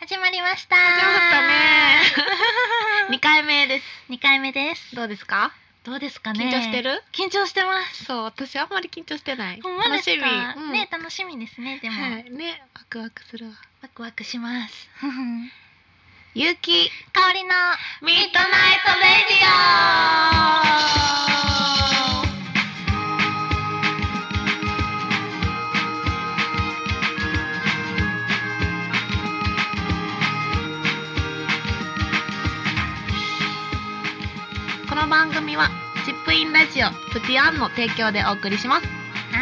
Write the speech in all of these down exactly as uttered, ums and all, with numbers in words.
始まりました。 始まったねにかいめです。 にかいめです。 どうですか？ どうですかね。 緊張してる？ 緊張してます。 そう、私あんまり緊張してない。 ほんまですか？ 楽しみ、うん、 ね、楽しみですね。でも、 はい、ね、ワクワクするわ。 ワクワクしますゆうき香りのミッドナイトレディオ。この番組はチップインラジオプティアンの提供でお送りします。 はい。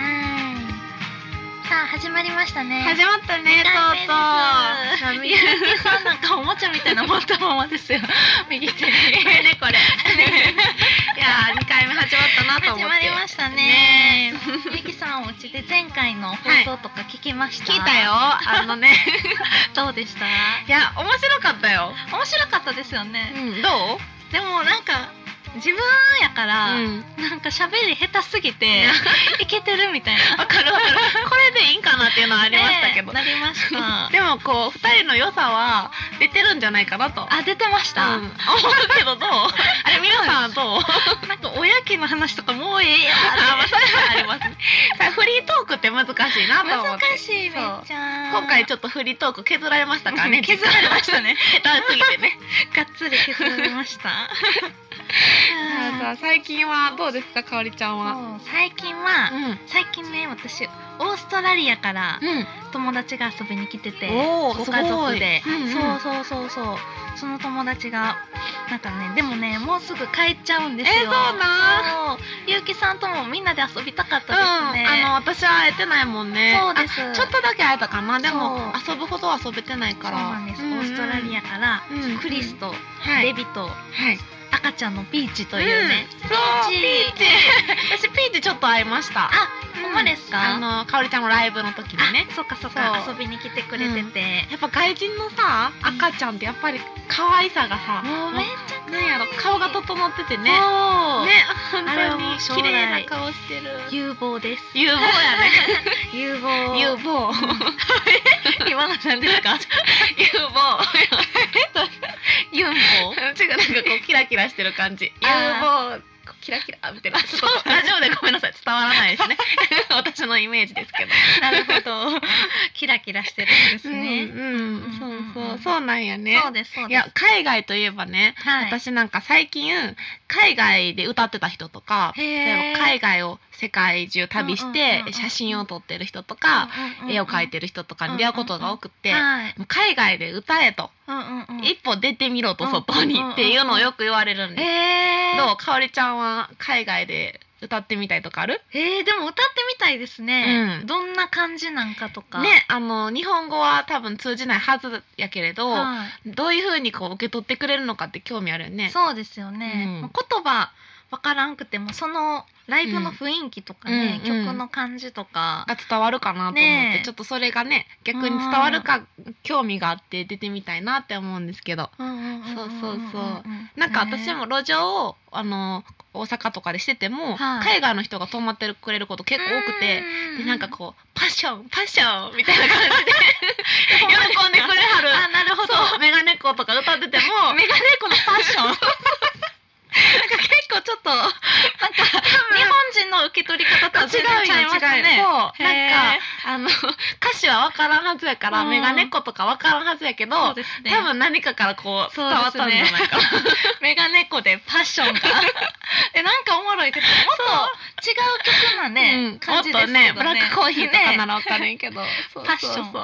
さあ始まりましたね。 始まったね、とうとう。 ゆうきさんなんかおもちゃみたいな持ったままですよ。右手にねこれ。いやーにかいめ始まったなと思って。 始まりましたね。ゆうきさんお家で前回の放送とか聞きました？ はい、聞いたよ。あのねどうでした？ いや面白かったよ。 面白かったですよね。 うん、どう？ でもなんか自分やから、うん、なんか喋り下手すぎていけてるみたいな。 わかるわかる。これでいいんかなっていうのはありましたけど、 ね、なりました。 でもこうふたりの良さは出てるんじゃないかなと。 あ、出てました、うん、 思うけどどう？あれ皆さんはどう？ なんか親家の話とかもうええやあ、まあ、それはありますね。フリートークって難しいなと思って。 難しい、めっちゃ。 今回ちょっとフリートーク削られましたからね。 削られましたね。 下手すぎてね。 がっつり削られました。 さあ最近はどうですか、かおりちゃんは？ 最近は、 うん、 最近ね、私オーストラリアから友達が遊びに来てて、 ご家族で、 うんうん、 そうそうそうそう、その友達がなんかね、でもね、もうすぐ帰っちゃうんですよ。 えー、そうなん？ ゆうきさんともみんなで遊びたかったですね。 うん、あの私は会えてないもんね。 そうです。 ちょっとだけ会えたかな。でも遊ぶほど遊べてないから。 そうなんです。うんうん、オーストラリアから、うん、クリスと、はい、レビと、はい、赤ちゃんのピーチというね、 うん、そうピーチ私ピーチちょっと会いました。 あ、ほんまですか？ あのかおりちゃんのライブの時にね。 そっかそっか、遊びに来てくれてて、うん、 やっぱ外人のさ赤ちゃんってやっぱり可愛さがさ、 もうめっちゃなんやろ、顔が整っててね、ね、本当に綺麗な顔してる。 有望です。 有望やね。 有望有望今の何ですか？ 有望有望違う、なんかこうキラキラしてる感じ。有望キラキラみたいな。ちょっとラジオでごめんなさい、伝わらないですね。私のイメージですけど。 なるほど。キラキラしてるんですね。 うん、うん、そうそう、そうなんやね。 そうですそうです。 いや、海外といえばね、はい、私なんか最近海外で歌ってた人とか、例えば海外を世界中旅して写真を撮ってる人とか、絵を描いてる人とかに出会うことが多くて、もう海外で歌えと、うんうんうん、一歩出てみろと外にっていうのをよく言われるんです。えー、どう？かおりちゃんは海外で歌ってみたいとかある？ えー、でも歌ってみたいですね、うん、どんな感じなんかとかね。あの日本語は多分通じないはずやけれど、はい、どういう風にこう受け取ってくれるのかって興味あるよね。 そうですよね、うん、言葉わからんくてもそのライブの雰囲気とかね、うん、曲の感じとかが伝わるかなと思って、ね、ちょっとそれがね逆に伝わるか興味があって出てみたいなって思うんですけど、そうそうそう、なんか私も路上をあの大阪とかでしてても、はい、海外の人が泊まってくれること結構多くて、でなんかこうパッションパッションみたいな感じで喜んでくれはる。 あ、なるほど。 そう、メガネっ子とか歌っててもメガネっ子のパッションなんか結構ちょっとなんか日本人の受け取り方とは全然違いますね。 そう、なんかあの歌詞は分からんはずやから、うん、メガネっ子とか分からんはずやけど、ね、多分何かからこう伝わったんじゃないかな、ね、 メガネっ子でパッションがえ、なんかおもろいです。もっと違う曲なね、うん、感じですけどね。 もっとね、ブラックコーヒーとかなら分かるんけど、ね、そうそうそう、 パッション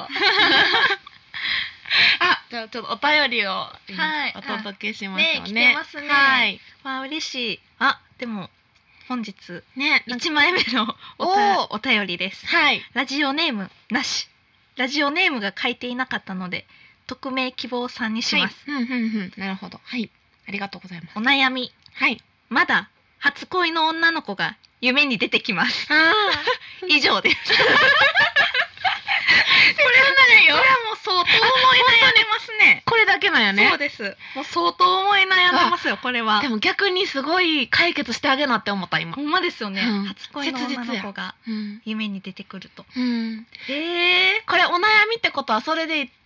あ、じゃあちょっとお便りをお届けしましょうね。 ね、来てますね。はい。わあ、嬉しい。あ、でも本日ねいちまいめのおたお便りです。 はい。 ラジオネームなし。ラジオネームが書いていなかったので匿名希望さんにします。 はい、うんうんうん。なるほど。はい。ありがとうございます。 お悩み。 はい。 まだ初恋の女の子が夢に出てきます。 あ以上です。これはね、これはもう相当思い悩めますね。これだけなんやね。 そうです。もう相当思い悩めますよ、これは。 でも逆にすごい解決してあげなって思った今。 ほんまですよね。うん、初恋の女の子が夢に出てくると。 うん。 ええー、 これお悩みってことはそれで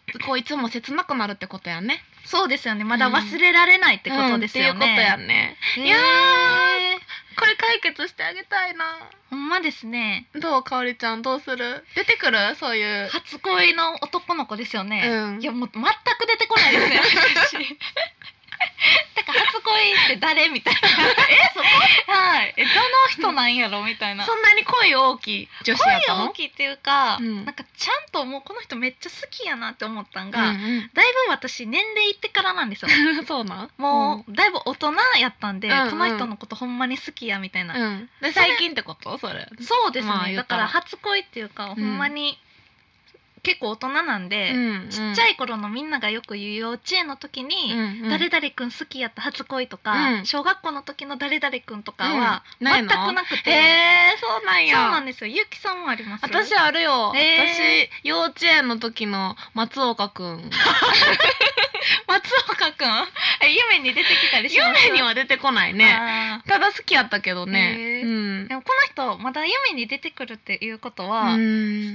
こういつも切なくなるってことやね。 そうですよね。まだ忘れられないってことですよね。 うんうん、っていうことやね。いやー、これ解決してあげたいな。 ほんまですね。 どう、かおりちゃんどうする？出てくる？そういう初恋の男の子ですよね。 うん、 いやもう全く出てこないですね。私だから初恋って誰みたいな。え、そこ？はい。え、どの人なんやろみたいな。 そんなに恋大きい女子やったの？ 恋大きいっていうか、 うん、 なんかちゃんともうこの人めっちゃ好きやなって思ったんが、 うんうん、 だいぶ私年齢いってからなんですよ。 そうなん？ もう、うん、だいぶ大人やったんで、うんうん、この人のことほんまに好きやみたいな。 うん、で最近ってこと？それ。 そうですね。 まあ、 だから初恋っていうか、ほんまに。結構大人なんで、うんうん、ちっちゃい頃のみんながよく言う幼稚園の時に、うんうん、誰々くん好きやった初恋とか、うん、小学校の時の誰々くんとかは全くなくて、 うん、えー、そうなんや。 そうなんですよ。ゆうきさんもあります？ 私あるよ、えー、私幼稚園の時の松岡くん松岡くん夢に出てきたりします？ 夢には出てこないね。ただ好きやったけどね、うん、 でもこの人まだ夢に出てくるっていうことは、うん、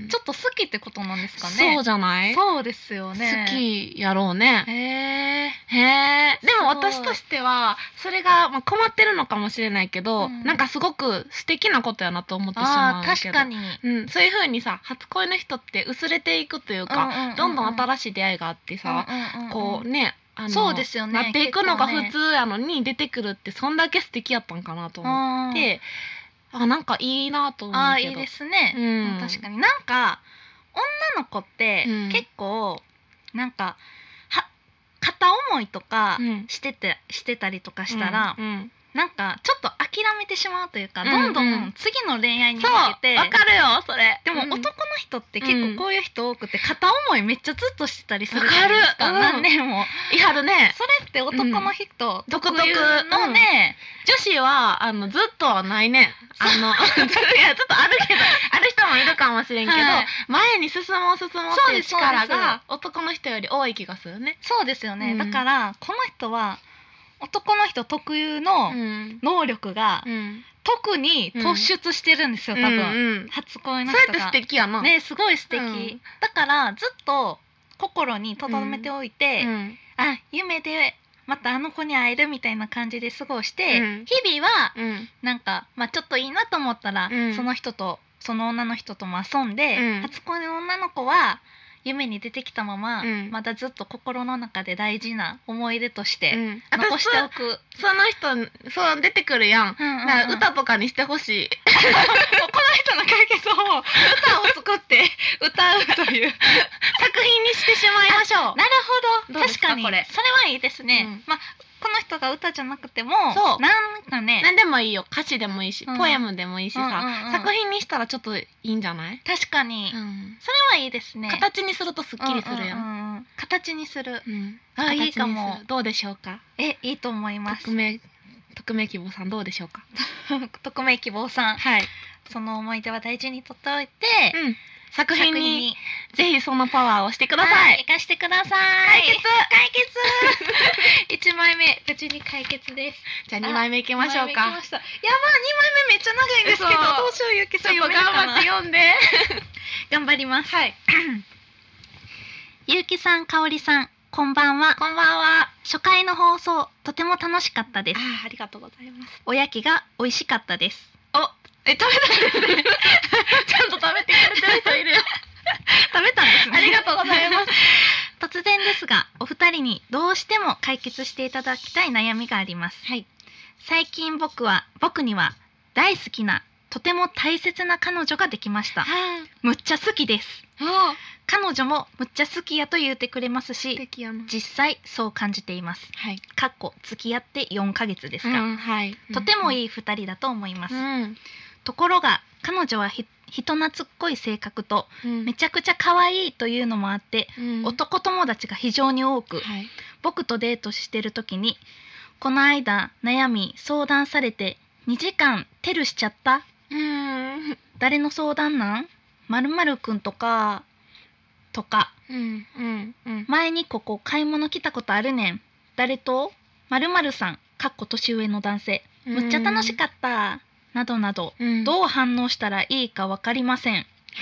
ちょっと好きってことなんですかね。 そうじゃない？ そうですよね。 好きやろうね。 へーへー。でも私としてはそれが、まあ、困ってるのかもしれないけど、うん、なんかすごく素敵なことやなと思ってしまうけど。あ、 確かに、 うん、そういう風にさ初恋の人って薄れていくというか、うんうんうんうん、どんどん新しい出会いがあってさ、うんうんうんうん、こうねあのそうですよね、 なっていくのが普通やのに出てくるってそんだけ素敵やったんかなと思って、あ、なんかいいなと思うけど。 あ、いいですね、うん、確かになんか女の子って結構なんかは片思いとかしてて、うん、してたりとかしたら、うんうん、なんかちょっと諦めてしまうというか、うんうん、どんどん次の恋愛に向けて。 わかるよそれ。 でも男の人って結構こういう人多くて、片思いめっちゃずっとしてたりするじゃないですか。 わかる、うん、 何年もいはるね。 それって男の人、うん、 独特のね、 うん、女子はあのずっとはないね。あのいやちょっとあるけどある人もいるかもしれんけど、はい、前に進もう進もうっていう力が男の人より多い気がするね。 そうですよね、うん、だからこの人は男の人特有の能力が、うん、特に突出してるんですよ、うん、多分、うんうん、初恋の人が。 それって素敵やな。 ね、すごい素敵、うん、だからずっと心に留めておいて、うん、あ、夢でまたあの子に会えるみたいな感じで過ごして、うん、日々は、うん、なんか、まあ、ちょっといいなと思ったら、うん、その人とその女の人とも遊んで、うん、初恋の女の子は夢に出てきたまま、うん、まだずっと心の中で大事な思い出として残しておく、うん、 その人そう出てくるやん、うんうんうん、なんか歌とかにしてほしい。 この人の解決を歌を作って歌うという作品にしてしまいましょう。 なるほど、確かにこれそれはいいですね、うん、まあこの人が歌じゃなくても、そうなんかね、 何でもいいよ、歌詞でもいいし、うん、ポエムでもいいしさ、うんうんうん、作品にしたらちょっといいんじゃない？ 確かに、うん、それはいいですね。 形にするとすっきりするやん、 うんうん、形にする、 うん、あ、いいかも。どうでしょうか？ え、いいと思います。 匿名匿名希望さんどうでしょうか？ 匿名希望さん、 はい、その思い出は大事にとっておいて、 うん、作品にぜひそのパワーをしてください。 生かしてください。 解決解決いちまいめ無事に解決です。 じゃあにまいめいきましょうか。 やばい、にまいめめっちゃ長いんですけど、どうしよう、ゆきさん読めるかな。頑張って読んで頑張ります。 はい。 ゆうきさん、かおりさん、こんばんは。 こんばんは。 初回の放送とても楽しかったです。 あ、ありがとうございます。 おやきが美味しかったです。 お、え、食べたんですねちゃんと食べてくれてる人いるよ食べたんですね。 ありがとうございます突然ですが、お二人にどうしても解決していただきたい悩みがあります。 はい。 最近僕は僕には大好きなとても大切な彼女ができました。むっちゃ好きです。彼女もむっちゃ好きやと言ってくれますし、実際そう感じています。 はい。 かっこ付き合ってよんかげつですが、 うん、はい、 とてもいい二人だと思います。 うん、 ところが彼女はひ人懐っこい性格と、うん、めちゃくちゃ可愛いというのもあって、うん、男友達が非常に多く、はい、僕とデートしてる時にこの間悩み相談されてにじかんテルしちゃった。 うーん、 誰の相談なん？〇〇くんとかとか、 うんうんうん、 前にここ買い物来たことあるねん。誰と？〇〇さんかっこ年上の男性。むっちゃ楽しかった。などなど、うん、どう反応したらいいか分かりません。 はい、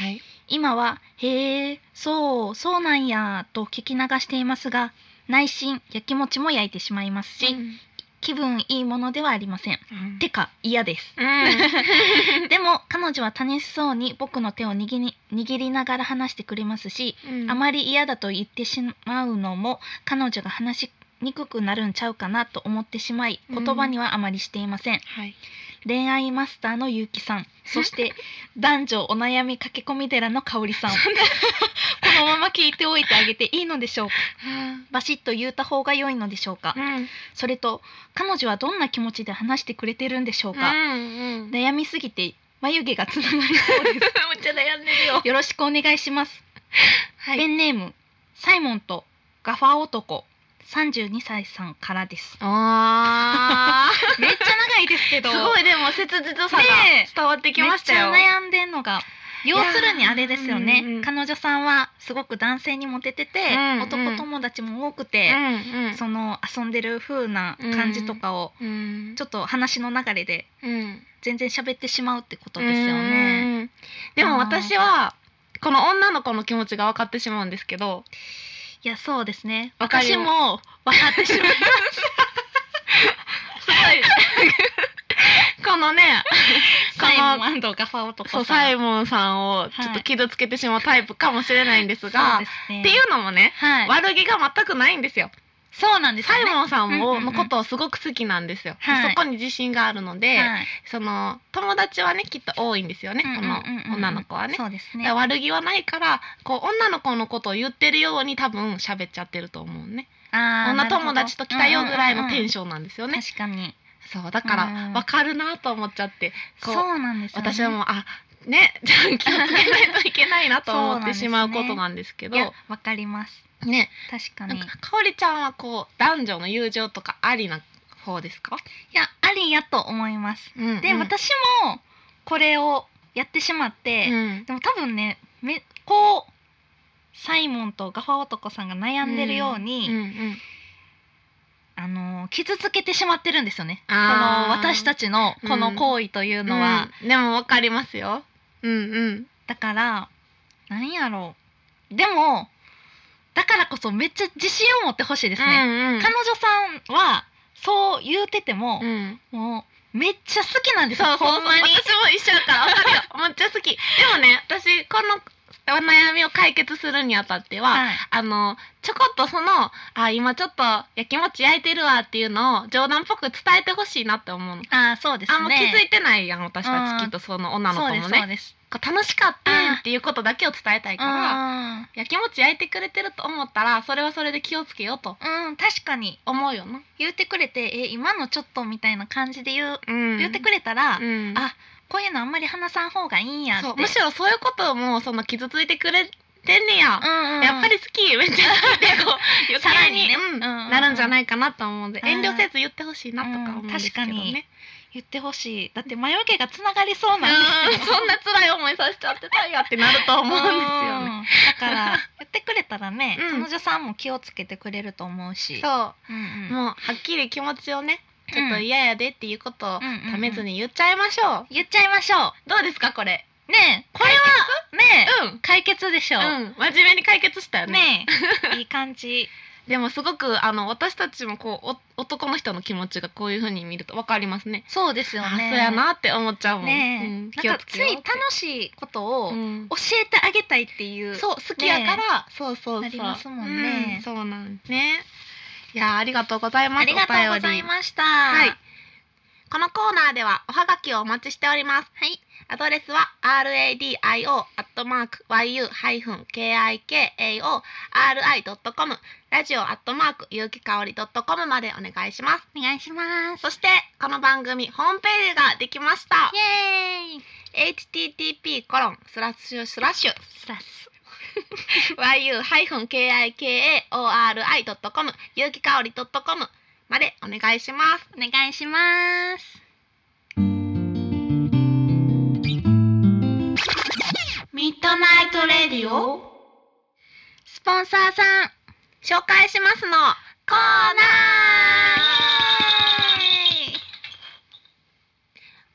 今はへえそうそうなんやと聞き流していますが、内心やきもちも焼いてしまいますし、うん、気分いいものではありません、うん、てか嫌です、うん、でも彼女は楽しそうに僕の手を握り、握りながら話してくれますし、うん、あまり嫌だと言ってしまうのも彼女が話しにくくなるんちゃうかなと思ってしまい、言葉にはあまりしていません、うん、はい、恋愛マスターのゆうきさん、そして男女お悩み駆け込み寺のかおりさんこのまま聞いておいてあげていいのでしょうかバシッと言うた方が良いのでしょうか、うん、それと彼女はどんな気持ちで話してくれてるんでしょうか、うんうん、悩みすぎて眉毛がつながりそうですめっちゃ悩んでるよ。 よろしくお願いします、はい、ペンネームサイモンとガファ男さんじゅうにさいさんからです。あめっちゃ長いですけど、 すごいでも切実さが伝わってきましたよ。 めっちゃ悩んでんのが、要するにあれですよね、うんうん、彼女さんはすごく男性にモテてて、うんうん、男友達も多くて、うんうん、その遊んでる風な感じとかを、うん、ちょっと話の流れで全然喋ってしまうってことですよね、うん、 でも私はこの女の子の気持ちが分かってしまうんですけど、 いやそうですね、私も分かってしまいますすごいこのねサイモン&ガファ男さん、 サイモンさんをちょっと傷つけてしまうタイプかもしれないんですが、はい、ね、っていうのもね、はい、悪気が全くないんですよ。 そうなんですよね、 サイモンさんものことをすごく好きなんですよ、はい、そこに自信があるので、はい、その友達はねきっと多いんですよね、この女の子はね。そうですね、悪気はないからこう女の子のことを言ってるように多分喋っちゃってると思うね。あ、女友達と来たよぐらいのテンションなんですよね、うんうんうん、 確かにそうだから分かるなと思っちゃって、 こうそうなんですよね、 私はもうあね気をつけないといけないなと思ってしまうことなんですけど、 いや分かりますね。確かにかおりちゃんはこう男女の友情とかありな方ですか？ いやありやと思います、うんうん、で私もこれをやってしまって、うん、でも多分ねめこうサイモンとガファ男さんが悩んでるように、うんうんうん、あの傷つけてしまってるんですよね、この私たちのこの行為というのは、 うんうん、でも分かりますよ、うんうん、 だからなんやろう、でもだからこそめっちゃ自信を持ってほしいですね、うんうん、彼女さんはそう言うてても、うん、もうめっちゃ好きなんですよ。 そうそうそう、ほんまに私も一緒だから分かるよめっちゃ好き。でもね私このお悩みを解決するにあたっては、はい、あのちょこっとそのあ今ちょっとやきもち焼いてるわっていうのを冗談っぽく伝えてほしいなって思うの。 あ、そうですね。 あんま気づいてないやん私たち、きっとその女の子もね。そうですそうです。楽しかったっていうことだけを伝えたいから、やきもち焼いてくれてると思ったらそれはそれで気をつけようと、 うん、確かに思うよな。 言ってくれてえ今のちょっとみたいな感じで言う、うん、言ってくれたら、うん、あこういうのあんまり話さん方がいいんやって。 そう、むしろそういうこともその傷ついてくれてんねや、うんうん、やっぱり好きめっちゃ好きでこう余計に、ね、うんうん、なるんじゃないかなと思うんで、遠慮せず言ってほしいなとか思うんですけどね、うん、確かに言ってほしい。だって眉毛がつながりそうなんですよそんな辛い思いさせちゃってたんやってなると思うんですよねだから言ってくれたらね、うん、彼女さんも気をつけてくれると思うし、 そう、うんうん、もうはっきり気持ちをねちょっと嫌やでっていうことをためずに言っちゃいましょう、うんうんうん、 言っちゃいましょう。 どうですかこれねえ、これはねえ、うん、解決でしょう、うん、 真面目に解決したよね。 ねえいい感じでもすごくあの私たちもこうお男の人の気持ちがこういう風に見ると分かりますね。 そうですよね。 そうやなって思っちゃうもん。 ねえ、うん、なんかつい楽しいことを教えてあげたいっていう、うん、 そう好きやから、ね、そうそうそうなりますもんね、 うん、そうなんね。いやありがとうございます。ありがとうございました。 はい。このコーナーではおはがきをお待ちしております。 はい。 アドレスは ラディオ アットマーク ワイユー ハイフン ケーアイケーエーオーアールアイ ドットコム ラジオアットマーク有機香り ドットコム までお願いします。 お願いします。 そしてこの番組ホームページができました。 イエーイエイチティーティーピー コロンスラッシュスラッシュスラッシュワイユー ハイフン ケーアイケーエーオーアールアイ ドットコム 有機香り ドットコム までお願いします。 お願いします。ミッドナイトレディオスポンサーさん紹介しますのコーナー。この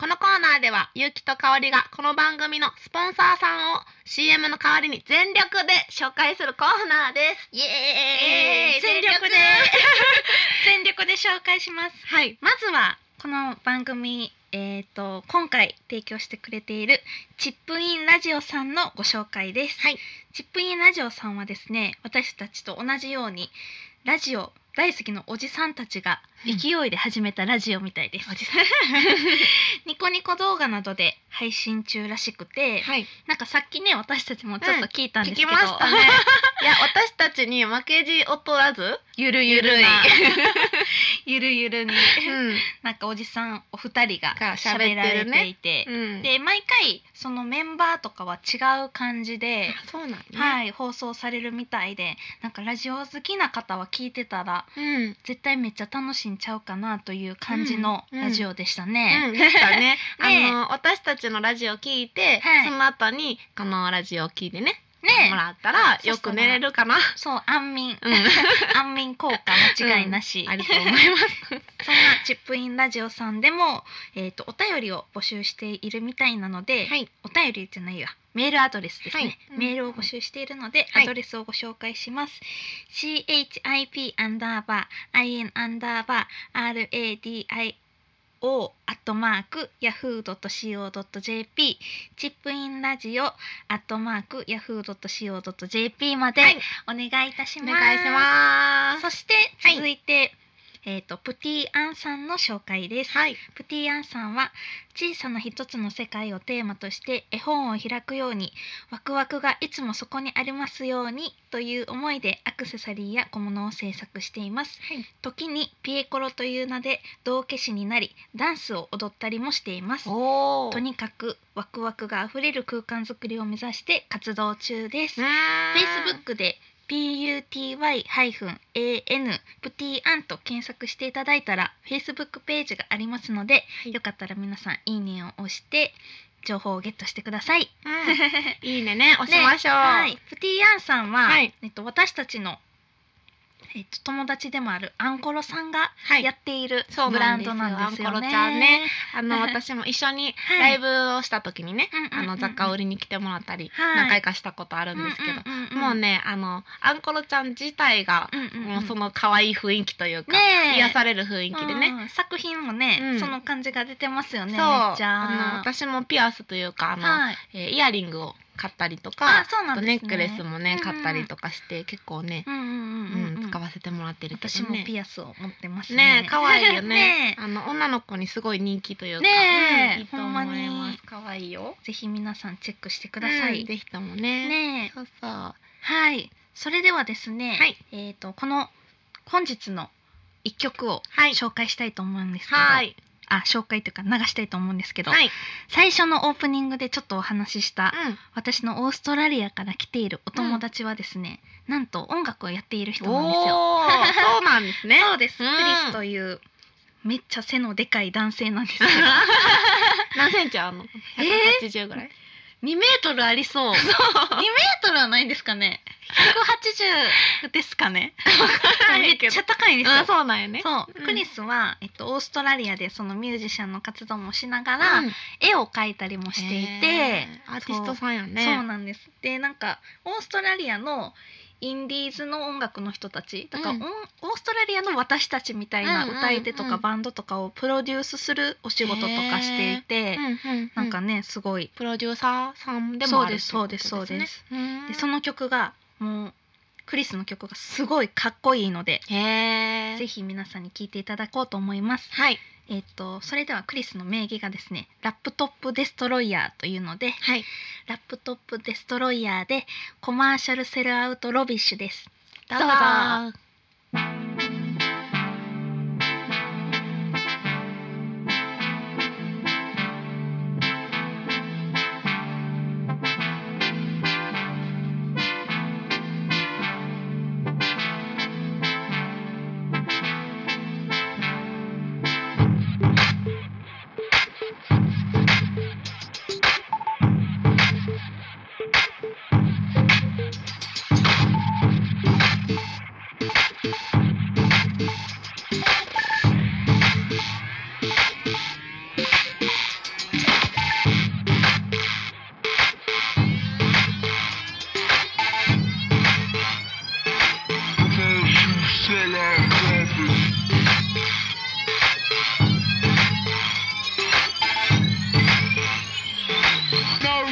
のコーナーではゆうきとかおりがこの番組のスポンサーさんを シーエム の代わりに全力で紹介するコーナーです。 イエーイ、全力で全力で紹介します。 はい、 まずはこの番組、えーと、今回提供してくれているチップインラジオさんのご紹介です。 はい、 チップインラジオさんはですね、私たちと同じようにラジオ大好きなおじさんたちが勢いで始めたラジオみたいです、うん、ニコニコ動画などで配信中らしくて、はい、なんかさっきね私たちもちょっと聞いたんですけど、うん、 聞きましたねいや私たちに負けじ劣らずゆるゆるいゆるゆるに、うん、なんかおじさんお二人が喋られていて、ね、うん、で毎回そのメンバーとかは違う感じで、 そうなんね、 はい、放送されるみたいで、なんかラジオ好きな方は聞いてたら、うん、絶対めっちゃ楽しいんちゃうかなという感じのラジオでしたね。 うんうん、でしたね。あの私たちのラジオ聞いて、はい、その後にこのラジオを聞いてね。ね、もらったらよく寝れるかな。 そう安眠、うん、安眠効果間違いなし、 うん、あると思いますそんなチップインラジオさんでも、えーと、お便りを募集しているみたいなので、はい、お便りじゃないわメールアドレスですね、はい、メールを募集しているので、うん、アドレスをご紹介します、はい、chip アンダーバー in アンダーバー radioおアットマークヤフードットシーオードットジェーピー チップインラジオアットマークヤフードットシーオードットジェーピー までお願いいたします。 お願いします。 そして続いて、はい、えーと、プティアンさんの紹介です、はい、プティアンさんは小さな一つの世界をテーマとして絵本を開くようにワクワクがいつもそこにありますようにという思いでアクセサリーや小物を制作しています、はい、時にピエコロという名で道化師になりダンスを踊ったりもしています。とにかくワクワクがあふれる空間づくりを目指して活動中です。 Facebook でピーユーティーワイ エーエヌ プティアンと検索していただいたら Facebook ページがありますので、はい、よかったら皆さんいいねを押して情報をゲットしてください、 うん、いいねね押しましょう、 ね、はい、プティアンさんは、はい、えっと、私たちのえっと、友達でもあるアンコロさんがやっているブランドなんですよね。アンコロちゃんね、あの私も一緒にライブをした時にね、はい、あの雑貨を売りに来てもらったり、はい、何回かしたことあるんですけど、うんうんうんうん、もうねあのアンコロちゃん自体が、うんうんうん、もうその可愛い雰囲気というか、ね、癒される雰囲気でね、 うん、作品もね、うん、その感じが出てますよね。 そうめっちゃあの私もピアスというかあの、はい、えー、イヤリングを買ったりとか、あ、そうなんですね、ネックレスもね、うんうん、買ったりとかして結構ね、うんうんうんうん、使わせてもらってるけどね。 私もピアスを持ってますね。 ね、可愛いよね。ね、あの女の子にすごい人気というか、ね、うん、いいと思います。可愛いよ。 ぜひ皆さんチェックしてください。 うん、ぜひともね。 ね、 そうそう。 はい。それではですね、はい、えっとこの本日の一曲を紹介したいと思うんですけど。はい。あ、紹介というか流したいと思うんですけど、はい、最初のオープニングでちょっとお話しした、うん、私のオーストラリアから来ているお友達はですね、うん、なんと音楽をやっている人なんですよ。 そうなんですね。 そうです、うん、クリスというめっちゃ背のでかい男性なんですけど何センチあるの？ひゃくはちじゅうぐらい？ にメートルありそう。そうにメートルはないんですかね。ひゃくはちじゅうですかね。めっちゃ高いんですよ。 うん、そうなんよね。 そう、うん、クリスはえっとオーストラリアでそのミュージシャンの活動もしながら、うん、絵を描いたりもしていて、 アーティストさんやね。 そうなんです。でなんかオーストラリアのインディーズの音楽の人たちだから、うん、オーストラリアの私たちみたいな歌い手とかバンドとかをプロデュースするお仕事とかしていて、うんうん、なんかねすごいプロデューサーさんでもあるってことですね。 そうですそうですそうです。でその曲がもうクリスの曲がすごいかっこいいので、ぜひ皆さんに聴いていただこうと思います。はい。えー、とそれではクリスの名義がですねラップトップデストロイヤーというので、はい、ラップトップデストロイヤーでコマーシャルセルアウトロビッシュです。どうぞ。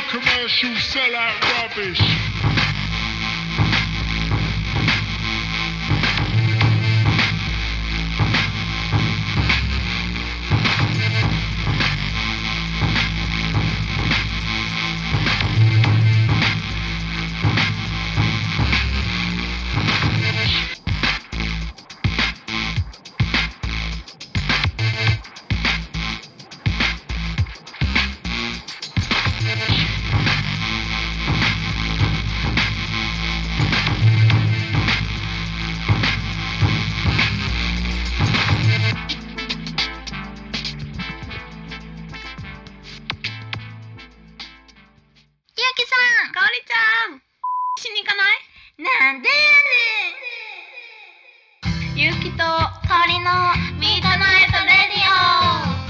commercial sellout rubbish. なんでゆうきと香りのミートナイトレディオ。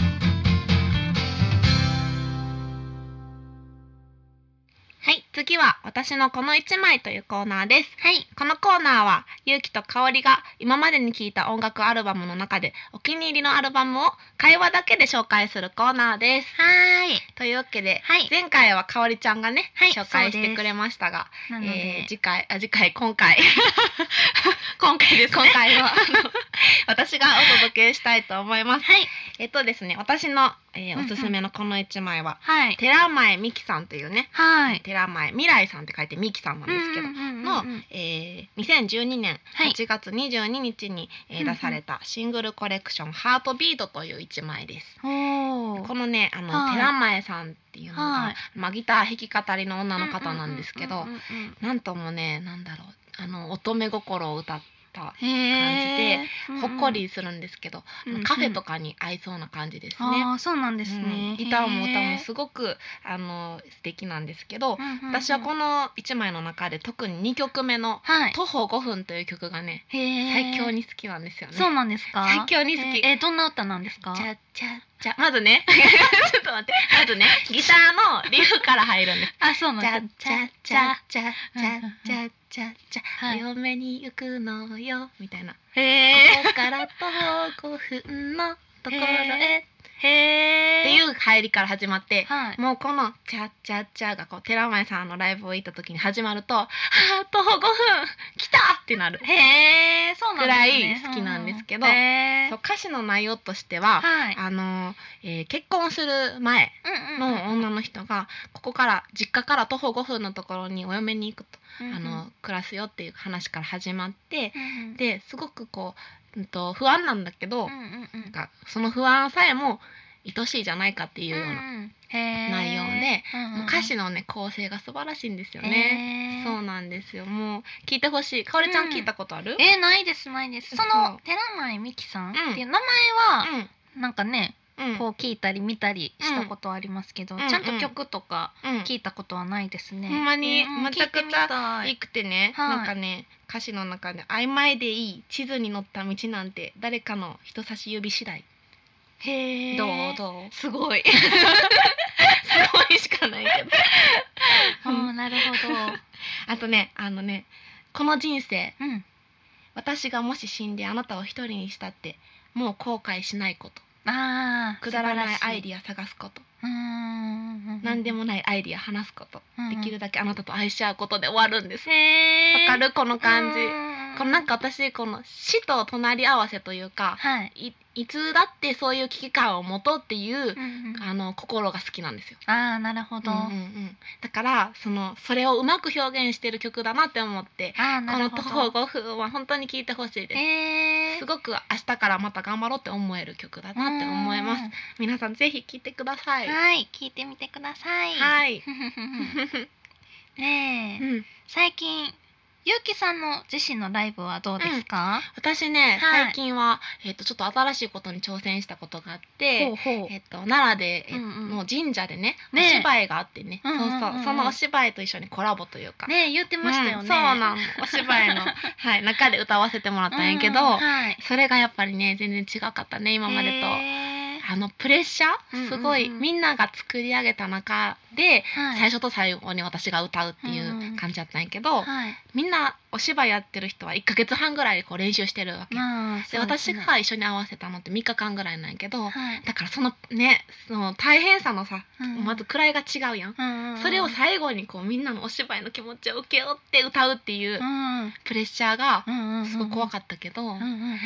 はい、次は私のこの一枚というコーナーです。 はい、 このコーナーはゆうきと香りが今までに聴いた音楽アルバムの中でお気に入りのアルバムを会話だけで紹介するコーナーです。 はい、 というわけで、 はい、 前回は香りちゃんがね、 はい、 紹介してくれましたが、 なので、 えー、次回あ次回今回今回です、ね、今回は私がお届けしたいと思います。 はい、 えっとですね、私の、えー、おすすめのこの一枚は、 はい、 寺前美樹さんというね、 はい、 寺前未来さんって書いて美樹さんなんですけど、の、えー、にせんじゅうにねんはちがつにじゅうににちに、えー、出されたシングルコレクション、ハートビートという一枚です。 おこのね、あの、はい、寺前さんっていうのが、はい、まあ、ギター弾き語りの女の方なんですけど、なんともね、なんだろう、あの乙女心を歌って感じでほっこりするんですけど、うんうん、カフェとかに合いそうな感じですね。 あ、そうなんですね、 うん、ギターも歌もすごくあの素敵なんですけど、うんうんうん、私はこのいちまいの中で特ににきょくめの「徒歩ごふん」という曲がね、最強に好きなんですよね。 そうなんですか。 最強に好き。 えー、どんな歌なんですか。 ちゃちゃちゃまずねちょっと待って、まずねギターのリフから入るんです。 あ、そうなんです。 ちゃちゃちゃちゃちゃちゃちゃちゃ、お嫁に行くのよみたいな。 へここから徒歩ごふんのところへへっていう入りから始まって、 はい、 もうこのチャッチャッチャがこう寺前さんのライブを行った時に始まると、はあ、徒歩ごふん来たってなる。 へー、そうなんですね。 ぐらい好きなんですけど、 うん、 そう歌詞の内容としては、 はい、 あの、えー、結婚する前の女の人がここから実家から徒歩ごふんのところにお嫁に行くと、うんうん、あの暮らすよっていう話から始まって、うんうん、ですごくこううんと不安なんだけど、うんうんうん、なんかその不安さえも愛しいじゃないかっていうような内容で、うんうん、もう歌詞のね構成が素晴らしいんですよね。そうなんですよ。もう聞いてほしい。かおりちゃん聞いたことある？ うん、えー、ないですないです。その寺前美樹さんっていう名前は、うん、なんかね、うん、こう聞いたり見たりしたことはありますけど、うん、ちゃんと曲とか聞いたことはないですね。 ほんまにめちゃくちゃいいくてね、はい、なんかね歌詞の中で曖昧でいい地図に載った道なんて誰かの人差し指次第。 へー、 どうどうすごいすごいしかないけどあ、なるほどあとね、あのねこの人生、 うん、 私がもし死んであなたを一人にしたってもう後悔しないこと、 あ、 くだらないアイディア探すこと、 うーん、 何でもないアイディア話すこと、うん、できるだけあなたと愛し合うことで終わるんです。 へー、 わかるこの感じ。このなんか私この死と隣り合わせというか、 はい、 い, いつだってそういう危機感を持とうっていう、うんうん、あの心が好きなんですよ。 あ、なるほど、 うんうんうん、だからそのそれをうまく表現してる曲だなって思って、 あ、なるほど、 この徒歩ごふんは本当に聴いてほしいです。 えー、 すごく明日からまた頑張ろうって思える曲だなって思います。皆さんぜひ聴いてください。 はい、聴いてみてください。 はいねえ、うん、最近ゆうきさんの自身のライブはどうですか？ うん、私ね、はい、最近は、えー、とちょっと新しいことに挑戦したことがあって、 ほうほう、 えー、と奈良で、えーうんうん、の神社でね、ね、お芝居があってね、うんうんうん、そうそう、そのお芝居と一緒にコラボというかね、言ってましたよね、うん、 そうなのお芝居の、はい、中で歌わせてもらったんやけど、うんうん、はい、それがやっぱりね全然違かったね今までと。あのプレッシャーすごい、うんうんうん、みんなが作り上げた中で、はい、最初と最後に私が歌うっていう、うんうん、 感じだったんやけど、はい、みんなお芝居やってる人はいっかげつはんぐらいこう練習してるわけ、まあ、で、私が一緒に合わせたのってみっかかんぐらいなんやけど、はい、だからそのねその大変さのさ、うん、まず位が違うやん、うんうん、それを最後にこうみんなのお芝居の気持ちを受け負って歌うっていうプレッシャーがすごい怖かったけど、うんうんうん、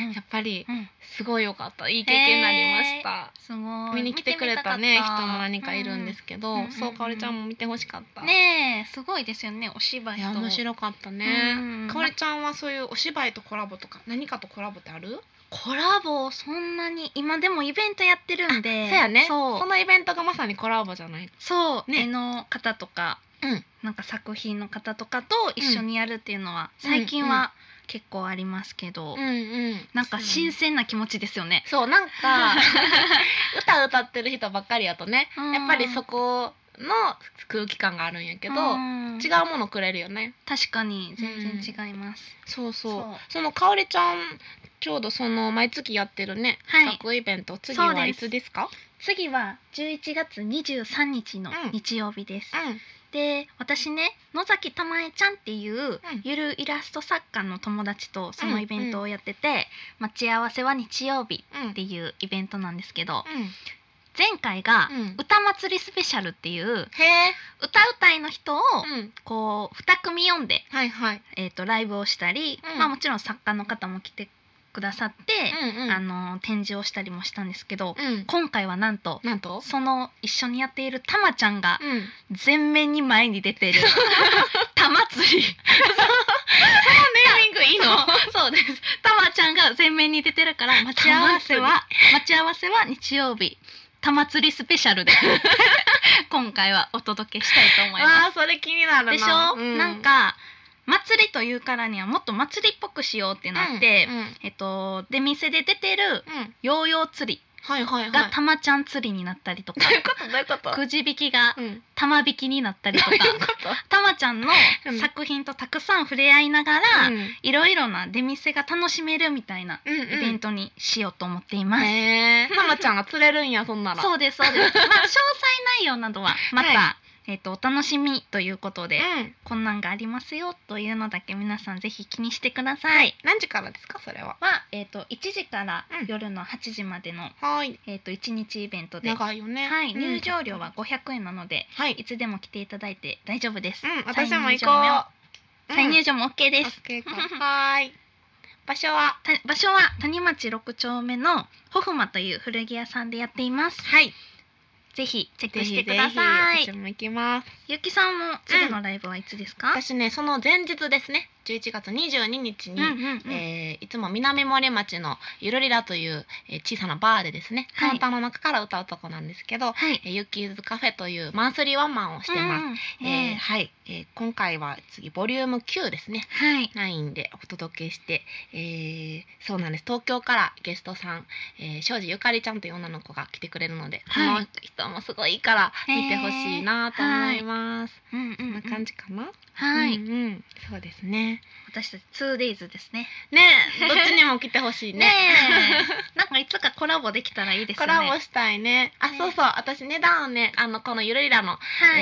やっぱりすごい良かった、いい経験になりました、すごい見に来てくれたね人も何かいるんですけど、うん、そうかおりちゃんも見てほしかったね。えすごいですよね、お芝居と。いや面白かったね、うん、かおりちゃんはそういうお芝居とコラボとか何かとコラボってある？ コラボそんなに今でもイベントやってるんで。 そうやね、そうそのイベントがまさにコラボじゃない？ そう、ね、絵の方とか、うん、なんか作品の方とかと一緒にやるっていうのは、うん、最近は結構ありますけど、うんうん、なんか新鮮な気持ちですよね。 そうなんか歌歌ってる人ばっかりやとね、やっぱりそこの空気感があるんやけど、違うものくれるよね。 確かに全然違います、 うん、そうそう。そのかおりちゃんちょうどその毎月やってるね、はい、企画イベント次はいつですか？ 次はじゅういちがつにじゅうさんにちの日曜日です、うんうん、で私ね野崎たまえちゃんっていう、うん、ゆるイラスト作家の友達とそのイベントをやってて、うんうん、待ち合わせは日曜日っていうイベントなんですけど、うん、前回が歌祭りスペシャルっていう、うん、歌うたいの人をこうに組読んで、はいはい、えーと、ライブをしたり、うん、まあ、もちろん作家の方も来てくださって、うんうん、あの展示をしたりもしたんですけど、うん、今回はなんと、なんとその一緒にやっているたまちゃんが前面に前に出てる、うん、たまつりそのネーミングいいの？そうです。たまちゃんが前面に出てるから待ち合わせは待ち合わせは日曜日たまつりスペシャルで今回はお届けしたいと思います。 あーそれ気になるな。 でしょ、うん、なんか祭りというからにはもっと祭りっぽくしようってなって、うんうん、えっと出店で出てるヨーヨー釣りがたまちゃん釣りになったりとか、どういうことどういうこと、くじ引きがたま引きになったりとか、たまちゃんの作品とたくさん触れ合いながら、うん、いろいろな出店が楽しめるみたいなイベントにしようと思っています。 へー、たまちゃんが釣れるんやそんなら。 そうですそうです。まあ詳細内容などはまた、はい、えー、とお楽しみということで、うん、こんなんがありますよというのだけ皆さんぜひ気にしてください、はい、 何時からですかそれは？ は、えー、といちじから夜のはちじまでの、うん、えー、といちにちイベントで、 長いよね、 はい、入場料はごひゃくえんなので、はい、いつでも来ていただいて大丈夫です、 うん、私も行こう。 再入場も OK です、 うん、OK かはい。場所は場所は谷町ろくちょうめのホフマという古着屋さんでやっています。はい、ぜひチェックしてください。 ぜひぜひ私も行きます。 ゆきさんも次のライブはいつですか？うん、 私ねその前日ですね、じゅういちがつにじゅうににちに、うんうんうん、えー、いつも南森町のゆるりらという、えー、小さなバーでですね、カウンターの中から歌うとこなんですけど、はい、えー、ユッキーズカフェというマンスリーワンマンをしてます、うんうん、えー、はい、えー、今回は次ボリュームきゅうですね、はい、ナインでお届けして、えー、そうなんです、東京からゲストさん、えー、庄司ゆかりちゃんという女の子が来てくれるので、はい、この人もすごいから見てほしいなと思います、はい、うんうんうん、こんな感じかな。はい、うんうん、そうですね。 私たち ツーデイズ ですね。 ねえ、どっちにも来てほしいね。ねえ、なんかいつかコラボできたらいいですね。 コラボしたいね。あ、ね、そうそう、私値段をね、あのこのゆるりらの、はい、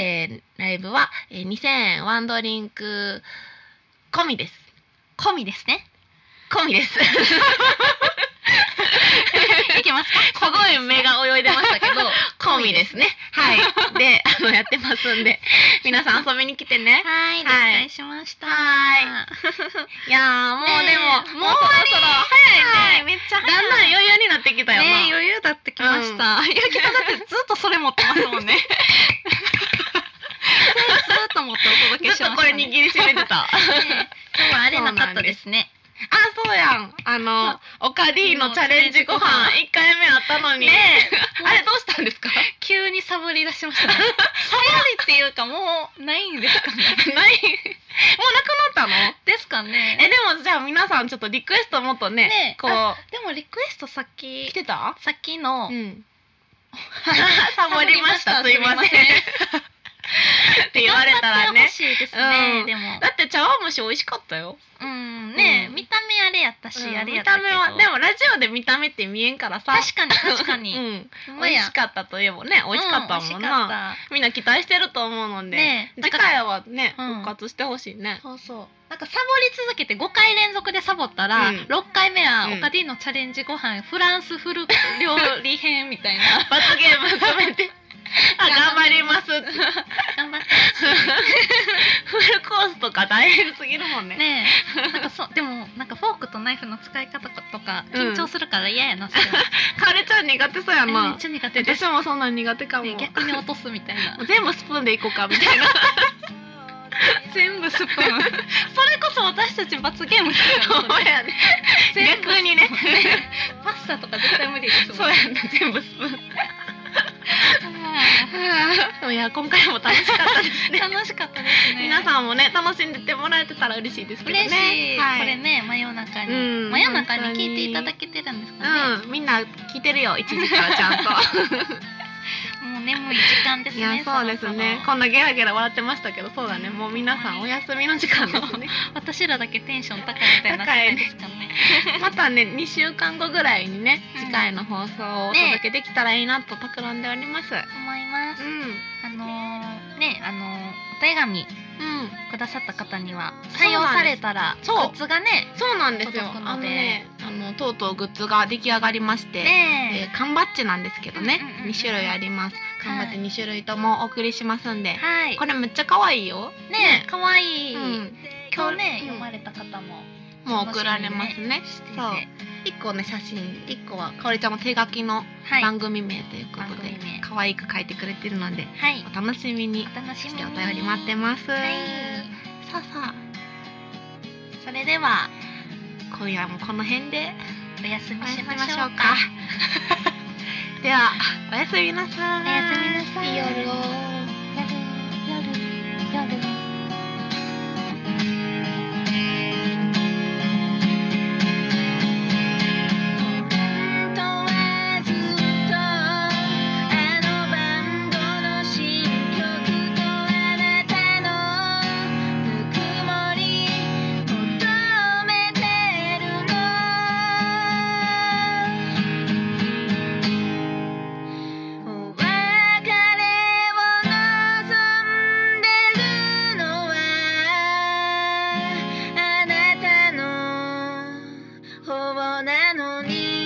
えー、ライブは、えー、にせんえんワンドリンク込みです。 込みですね。 込みです。 いけますか？ すごい目が泳いでましたけど、込みですね。はい。で、あのやってますんで、皆さん遊びに来てね。 はい、了解しました。 はい。いやーもうでも、もうそろそろ早いね。めっちゃ早い。だんだん余裕になってきたよな。 ね、余裕だってきました。ゆきさんだってずっとそれ持ってますもんね。ずっと持ってお届けしましたね。ずっとこれ握りしめてた。 今日はあれなかったですね。 あ、そうやん。あの、オカディのチャレンジご飯いっかいめあったのに。ねえ。あれどうしたんですか？ 急にサボり出しましたね。サボりっていうかもうないんですかね。ない。もうなくなったの？ ですかね。 え、でもじゃあ皆さんちょっとリクエストもっとね、ねこう。 でもリクエストさっき。 来てた？ さっきの。うん。 サボりました。すいません。って言われたらね。 欲しいですね、 うん、でもだって茶碗蒸し美味しかったよ。 うんね、 ね、見た目あれやったし、あれやったけど。 見た目はでもラジオで見た目って見えんからさ。 確かに確かに。 美味しかったといえばね、美味しかったもんな。みんな期待してると思うので、次回はね復活してほしいね。 そうそう。なんかサボり続けてごかい連続でサボったら、ろっかいめはオカディのチャレンジご飯フランスフル料理編みたいな罰ゲーム含めて。あ、頑張ります。頑張って。 フルコースとか大変すぎるもんね。 ねえ、なんかそう、でもなんかフォークとナイフの使い方とか緊張するから嫌やな。それは。 かれちゃん苦手そうやな。 めっちゃ苦手です。 私もそんな苦手かも。 逆に落とすみたいな。 全部スプーンでいこうかみたいな。 全部スプーン。それこそ私たち罰ゲームだよ。 そうやね。逆にね。 パスタとか絶対無理ですもん。 そうやね。全部スプーン。いや今回も楽しかったですね。 楽しかったですね。 皆さんもね楽しんでてもらえてたら嬉しいですけどね。 嬉しい。これね真夜中に真夜中に聞いていただけてるんですかね。 みんな聞いてるよいちじからちゃんと。 もう眠い時間ですね。 いやそうですね。こんなゲラゲラ笑ってましたけど、そうだね。もう皆さんお休みの時間ですね。 私らだけテンション高いみたいな感じですかね。 またねにしゅうかんごぐらいにね次回の放送をお届けできたらいいなと企んでおります。 思います。あのねあのお手紙くださった方には採用されたらグッズがねそうなんですよ。あのねあのとうとうグッズが出来上がりまして、缶バッジなんですけどねにしゅるいあります。缶バッジにしゅるいともお送りしますんで、これめっちゃ可愛いよ。 ね可愛い。今日ね読まれた方ももう送られますね。そう。一個ね写真、一個はかおりちゃんも手書きの番組名ということで可愛く書いてくれてるので、お楽しみにしてお便り待ってます。さあさあ、 それでは今夜もこの辺でお休みしましょうか。 ではおやすみなさい。 おやすみなさい。 夜を夜夜夜。なのに